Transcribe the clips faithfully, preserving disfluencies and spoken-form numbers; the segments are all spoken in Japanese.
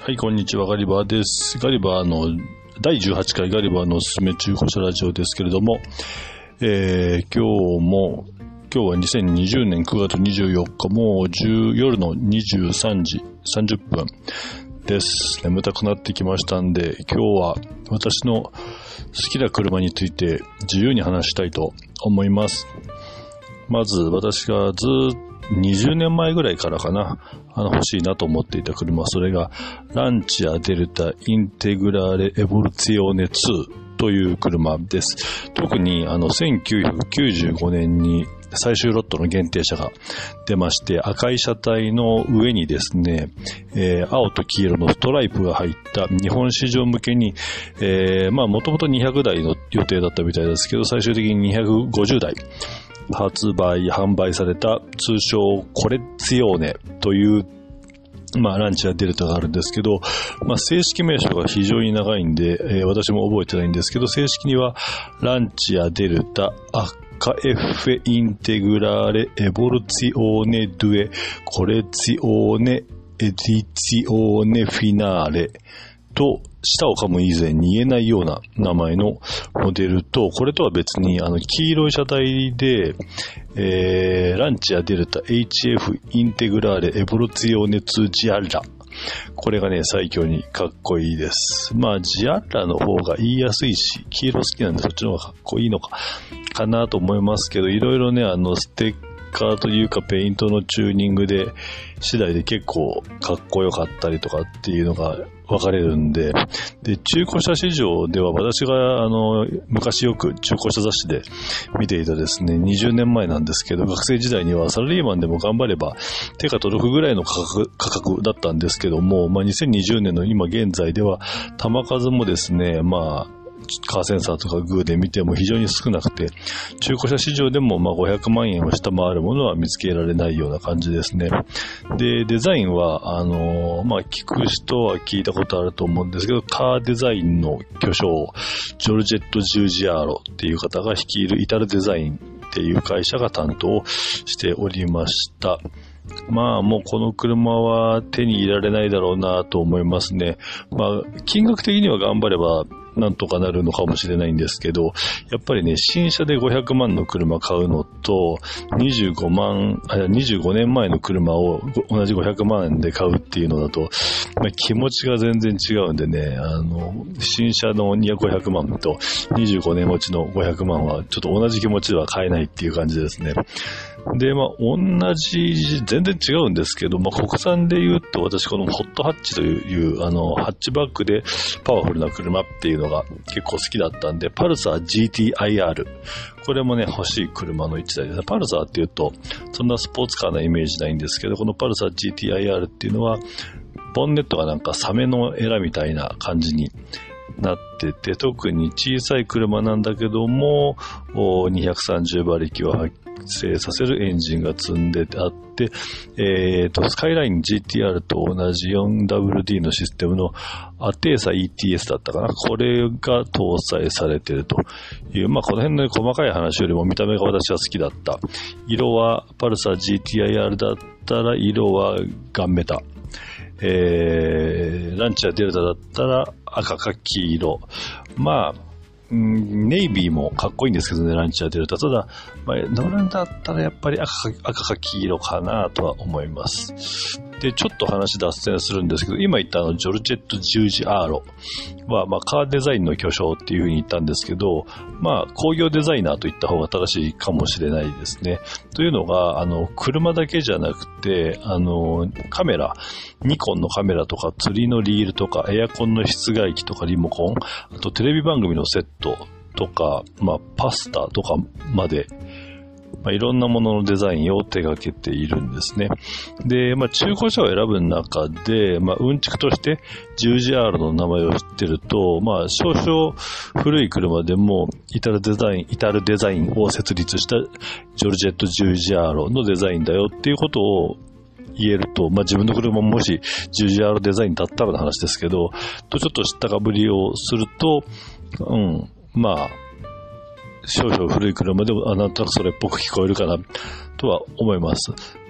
はい、こんにちは、ガリバーです。ガリバーのだいじゅうはちかいガリバーのおすすめ中古車ラジオですけれども、えー、今日も、今日はにせんにじゅうねんくがつにじゅうよっか、もう夜のにじゅうさんじさんじゅっぷんです。眠たくなってきましたんで、今日は私の好きな車について自由に話したいと思います。まず私がずっとにじゅうねんまえぐらいからかな、あの欲しいなと思っていた車、それがランチアデルタインテグラーレエボルツィオーネツーという車です。特にあのせんきゅうひゃくきゅうじゅうごねんに最終ロットの限定車が出まして、赤い車体の上にですね、えー、青と黄色のストライプが入った日本市場向けに、えー、まあもともとにひゃくだいの予定だったみたいですけど、最終的ににひゃくごじゅうだい発売、販売された通称コレッツィオーネという、まあランチアデルタがあるんですけど、まあ正式名称が非常に長いんで、えー、私も覚えてないんですけど、正式にはランチアデルタアカエフェインテグラーレエボルツィオーネドゥエコレッツィオーネエディツィオーネフィナーレと舌を噛む以前に言えないような名前のモデルと、これとは別にあの黄色い車体で、えー、ランチアデルタ エイチエフ インテグラーレエボルツィオーネツージアッラ、これがね最強にかっこいいです。まあジアッラの方が言いやすいし、黄色好きなんでそっちの方がかっこいいのかかなと思いますけど、いろいろねあのステッカーというかペイントのチューニングで次第で結構かっこよかったりとかっていうのが分かれるんで、で中古車市場では私があの昔よく中古車雑誌で見ていたですね、にじゅうねんまえなんですけど、学生時代にはサラリーマンでも頑張れば手が届くぐらいの価格、価格だったんですけども、まあ、にせんにじゅうねんの今現在では玉数もですね、まあカーセンサーとかグーで見ても非常に少なくて、中古車市場でもまあごひゃくまんえんを下回るものは見つけられないような感じですね。で、デザインは、あのー、まあ聞く人は聞いたことあると思うんですけど、カーデザインの巨匠、ジョルジェット・ジュージアーロっていう方が率いるイタルデザインっていう会社が担当しておりました。まあもうこの車は手に入れられないだろうなと思いますね。まあ金額的には頑張ればなんとかなるのかもしれないんですけど、やっぱりね新車でごひゃくまんの車買うのとにじゅうごまん、あ、にじゅうごねんまえの車を同じごひゃくまんえんで買うっていうのだと、まあ、気持ちが全然違うんでね、あの新車のにひゃくごひゃくまんとにじゅうごねん持ちのごひゃくまんはちょっと同じ気持ちでは買えないっていう感じですね。で、まあ、同じ、全然違うんですけど、まあ、国産で言うと、私、このホットハッチという、あの、ハッチバックでパワフルな車っていうのが結構好きだったんで、パルサー ジーティーアイアール。これもね、欲しい車の一台です。パルサーっていうと、そんなスポーツカーなイメージないんですけど、このパルサー ジーティーアイアール っていうのは、ボンネットがなんかサメのエラみたいな感じになってて、特に小さい車なんだけども、にひゃくさんじゅうばりきを発生させるエンジンが積んであって、えーと、スカイライン ジーティーアール と同じ フォーダブリューディー のシステムのアテーサ イーティーエス だったかな。これが搭載されているという、まあこの辺の細かい話よりも見た目が私は好きだった。色はパルサー ジーティーアイアール だったら色はガンメタ。えー、ランチやデルタだったら赤か黄色。まあ、ネイビーもかっこいいんですけどね、ランチやデルタ。ただ、まあ、乗るんだったらやっぱり赤か、赤か黄色かなとは思います。で、ちょっと話脱線するんですけど、今言ったあの、ジョルジェット・ジュージアーロは、まあ、カーデザインの巨匠っていう風に言ったんですけど、まあ、工業デザイナーと言った方が正しいかもしれないですね。というのが、あの、車だけじゃなくて、あの、カメラ、ニコンのカメラとか、釣りのリールとか、エアコンの室外機とかリモコン、あとテレビ番組のセットとか、まあ、パスタとかまで、まあ、いろんなもののデザインを手掛けているんですね。で、まあ、中古車を選ぶ中で、まあ、うんちくとして ジュージアール の名前を知ってると、まあ、少々古い車でも至るデザイン、至るデザインを設立したジョルジェット・ジュージアールのデザインだよっていうことを言えると、まあ、自分の車ももし ジュージアール デザインだったらの話ですけど、とちょっと知ったかぶりをすると、うん、まあ、少々古い車でもあなんとなくそれっぽく聞こえるかなとは思います。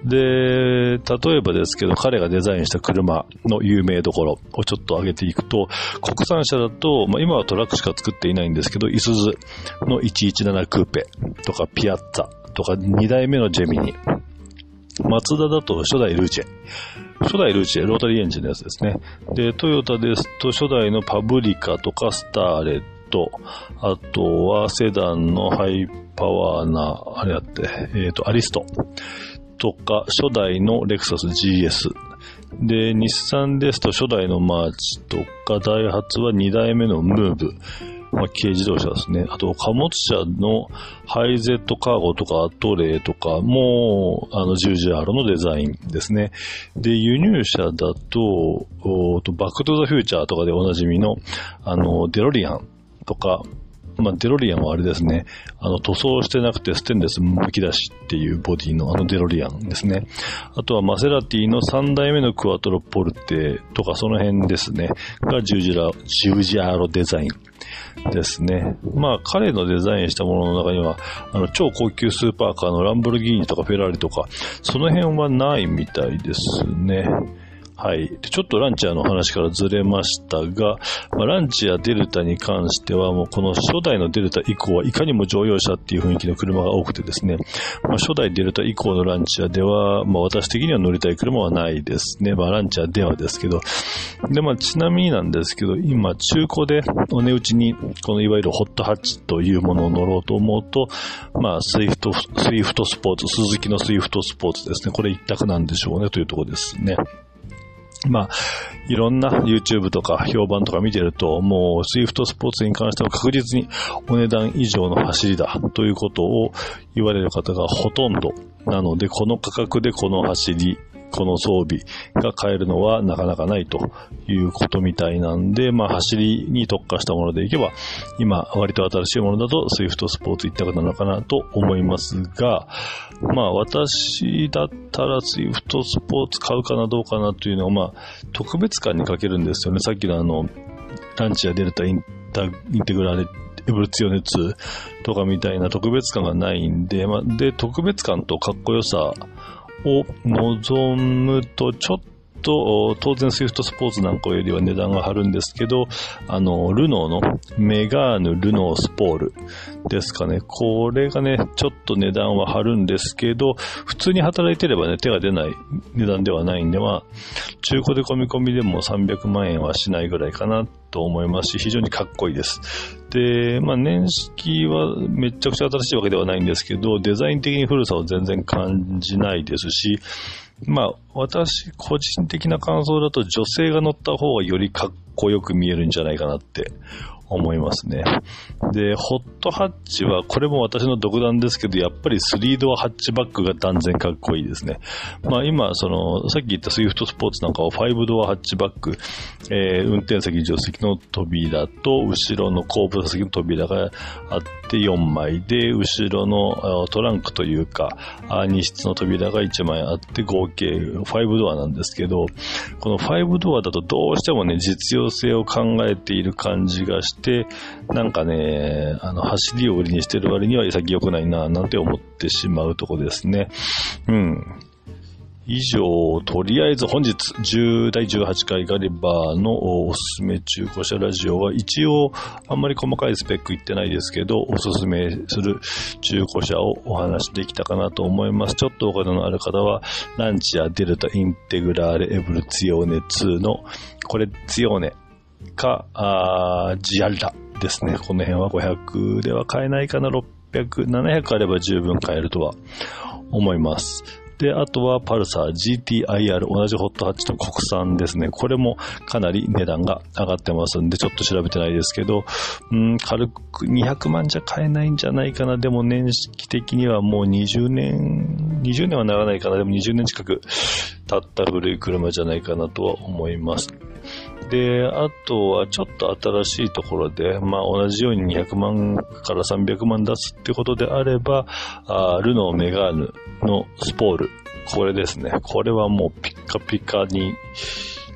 で、例えばですけど、彼がデザインした車の有名どころをちょっと上げていくと、国産車だと、まあ、今はトラックしか作っていないんですけど、イスズのいちいちななクーペとかピアッツァとかにだいめのジェミニ、マツダだと初代ルーチェ、初代ルーチェ、ロータリーエンジンのやつですね。で、トヨタですと初代のパブリカとかスターレット、あとはセダンのハイパワーな、あれやって、えっと、アリストとか、初代のレクサス ジーエス。で、日産ですと初代のマーチとか、ダイハツはにだいめのムーブ。まあ、軽自動車ですね。あと、貨物車のハイゼットカーゴとかアトレイとかも、あの、じゅうジアールのデザインですね。で、輸入車だと、おとバックトゥザフューチャーとかでおなじみの、あの、デロリアンとか、まあ、デロリアンはあれですね。あの、塗装してなくてステンレス剥き出しっていうボディのあのデロリアンですね。あとはマセラティのさんだいめのクワトロポルテとかその辺ですね。が十字ラ、十字アーロデザインですね。まあ、彼のデザインしたものの中には、あの、超高級スーパーカーのランボルギーニとかフェラーリとか、その辺はないみたいですね。はい。でちょっとランチャーの話からずれましたが、まあ、ランチャーデルタに関してはもうこの初代のデルタ以降はいかにも乗用車っていう雰囲気の車が多くてですね、まあ、初代デルタ以降のランチャーでは、まあ、私的には乗りたい車はないですね。まあ、ランチャーではですけど。で、まあ、ちなみになんですけど、今中古でお値打ちにこのいわゆるホットハッチというものを乗ろうと思うと、まあ、スイフト、スイフトスポーツ、スズキのスイフトスポーツですね。これ一択なんでしょうねというところですね。まあ、いろんな YouTube とか評判とか見てると、もう Swift スポーツに関しては確実にお値段以上の走りだということを言われる方がほとんどなので、この価格でこの走り、この装備が買えるのはなかなかないということみたいなんで、まあ走りに特化したものでいけば、今割と新しいものだと Swift スポーツ一択なのかなと思いますが、まあ私だったら Swift スポーツ買うかなどうかなというのを、まあ特別感に欠けるんですよね。さっきのあの、ランチやデルタインタ、インテグラレエボルツィオネツとかみたいな特別感がないんで、まあ、で、特別感とかっこよさを望むとちょっと当然スイフトスポーツなんかよりは値段が張るんですけど、あのルノーのメガーヌルノースポールですかね、これがねちょっと値段は張るんですけど、普通に働いてればね手が出ない値段ではないんで、まあ中古で込み込みでもさんびゃくまんえんはしないぐらいかなと思いますし、非常にかっこいいです。で、まあ年式はめちゃくちゃ新しいわけではないんですけど、デザイン的に古さを全然感じないですし、まあ私個人的な感想だと女性が乗った方がよりかっこよく見えるんじゃないかなって思いますね。で、ホットハッチはこれも私の独断ですけど、やっぱりスリードアハッチバックが断然かっこいいですね。まあ今そのさっき言ったスイフトスポーツなんかはファイブドアハッチバック、えー、運転席助手席の扉と後ろの後部座席の扉があってよんまいで、後ろのトランクというかに室の扉がいちまいあって合計ファイブドアなんですけど、このファイブドアだとどうしてもね実用性を考えている感じがしてで、なんかね、あの、走りを売りにしてる割には潔くないな、なんて思ってしまうとこですね。うん。以上、とりあえず本日、だいじゅうはちかいガリバーのおすすめ中古車ラジオは、一応、あんまり細かいスペック言ってないですけど、おすすめする中古車をお話できたかなと思います。ちょっとお金のある方は、ランチやデルタインテグラーレエブルツィオーネツーの、これツィオーネか、あジアルダですね。この辺はごひゃくでは買えないかな、ろっぴゃく、ななひゃくあれば十分買えるとは思います。で、あとはパルサー ジーティーアイアール、同じホットハッチの国産ですね。これもかなり値段が上がってますんで、ちょっと調べてないですけど、うん、軽くにひゃくまんじゃ買えないんじゃないかな。でも年式的にはもうにじゅうねん、にじゅうねんはならないかな。でもにじゅうねん近く経った古い車じゃないかなとは思います。で、あとはちょっと新しいところで、まあ同じようににひゃくまんからさんびゃくまん出すってことであれば、あルノーメガーヌのスポール、これですね。これはもうピッカピカに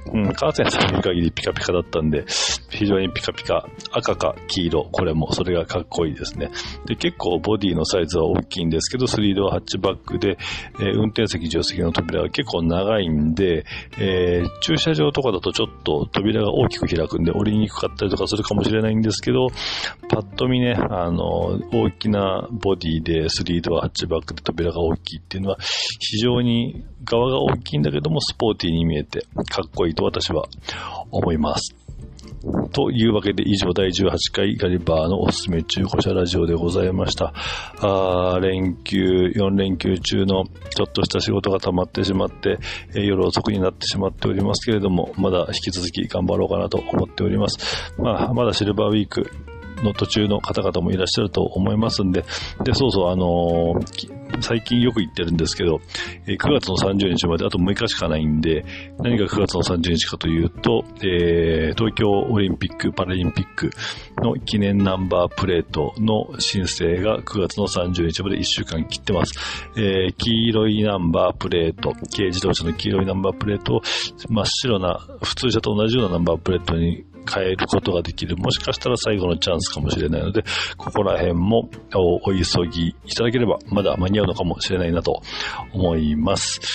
うん、カーテンさん見る限りピカピカだったんで、非常にピカピカ、赤か黄色、これもそれがかっこいいですね。で、結構ボディのサイズは大きいんですけど、スリードアハッチバックで、えー、運転席、助手席の扉が結構長いんで、えー、駐車場とかだとちょっと扉が大きく開くんで降りにくかったりとかするかもしれないんですけど、パッと見ね、あの、大きなボディでスリードアハッチバックで扉が大きいっていうのは、非常に側が大きいんだけどもスポーティーに見えてかっこいいと私は思います。というわけで以上だいじゅうはちかいガリバーのおすすめ中古車ラジオでございました。あー連休、よん連休中のちょっとした仕事が溜まってしまって、えー、夜遅くになってしまっておりますけれども、まだ引き続き頑張ろうかなと思っております。まあ、まだシルバーウィークの途中の方々もいらっしゃると思いますんで、で、そうそう、あのー、最近よく言ってるんですけど、くがつのさんじゅうにちまであとむいかしかないんで、何がくがつのさんじゅうにちかというと、えー、東京オリンピック・パラリンピックの記念ナンバープレートの申請がくがつのさんじゅうにちまでいっしゅうかん切ってます。えー、黄色いナンバープレート、軽自動車の黄色いナンバープレートを真っ白な、普通車と同じようなナンバープレートに変えることができる。もしかしたら最後のチャンスかもしれないので、ここら辺も お, お急ぎいただければまだ間に合うのかもしれないなと思います。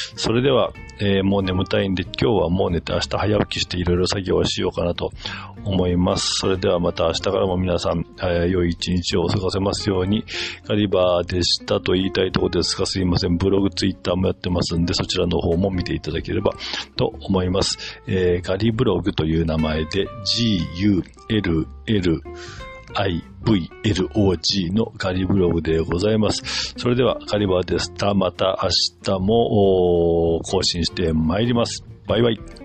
それでは、えー、もう眠たいんで今日はもう寝て明日早起きしていろいろ作業をしようかなと思います。それではまた明日からも皆さん、えー、良い一日を過ごせますように。ガリバーでしたと言いたいところですが、すいません。ブログ、ツイッターもやってますんで、そちらの方も見ていただければと思います。えー、ガリブログという名前で ジーユーエルエルアイブイエルオージー のガリブログでございます。それではガリバーでした。また明日も更新してまいります。バイバイ。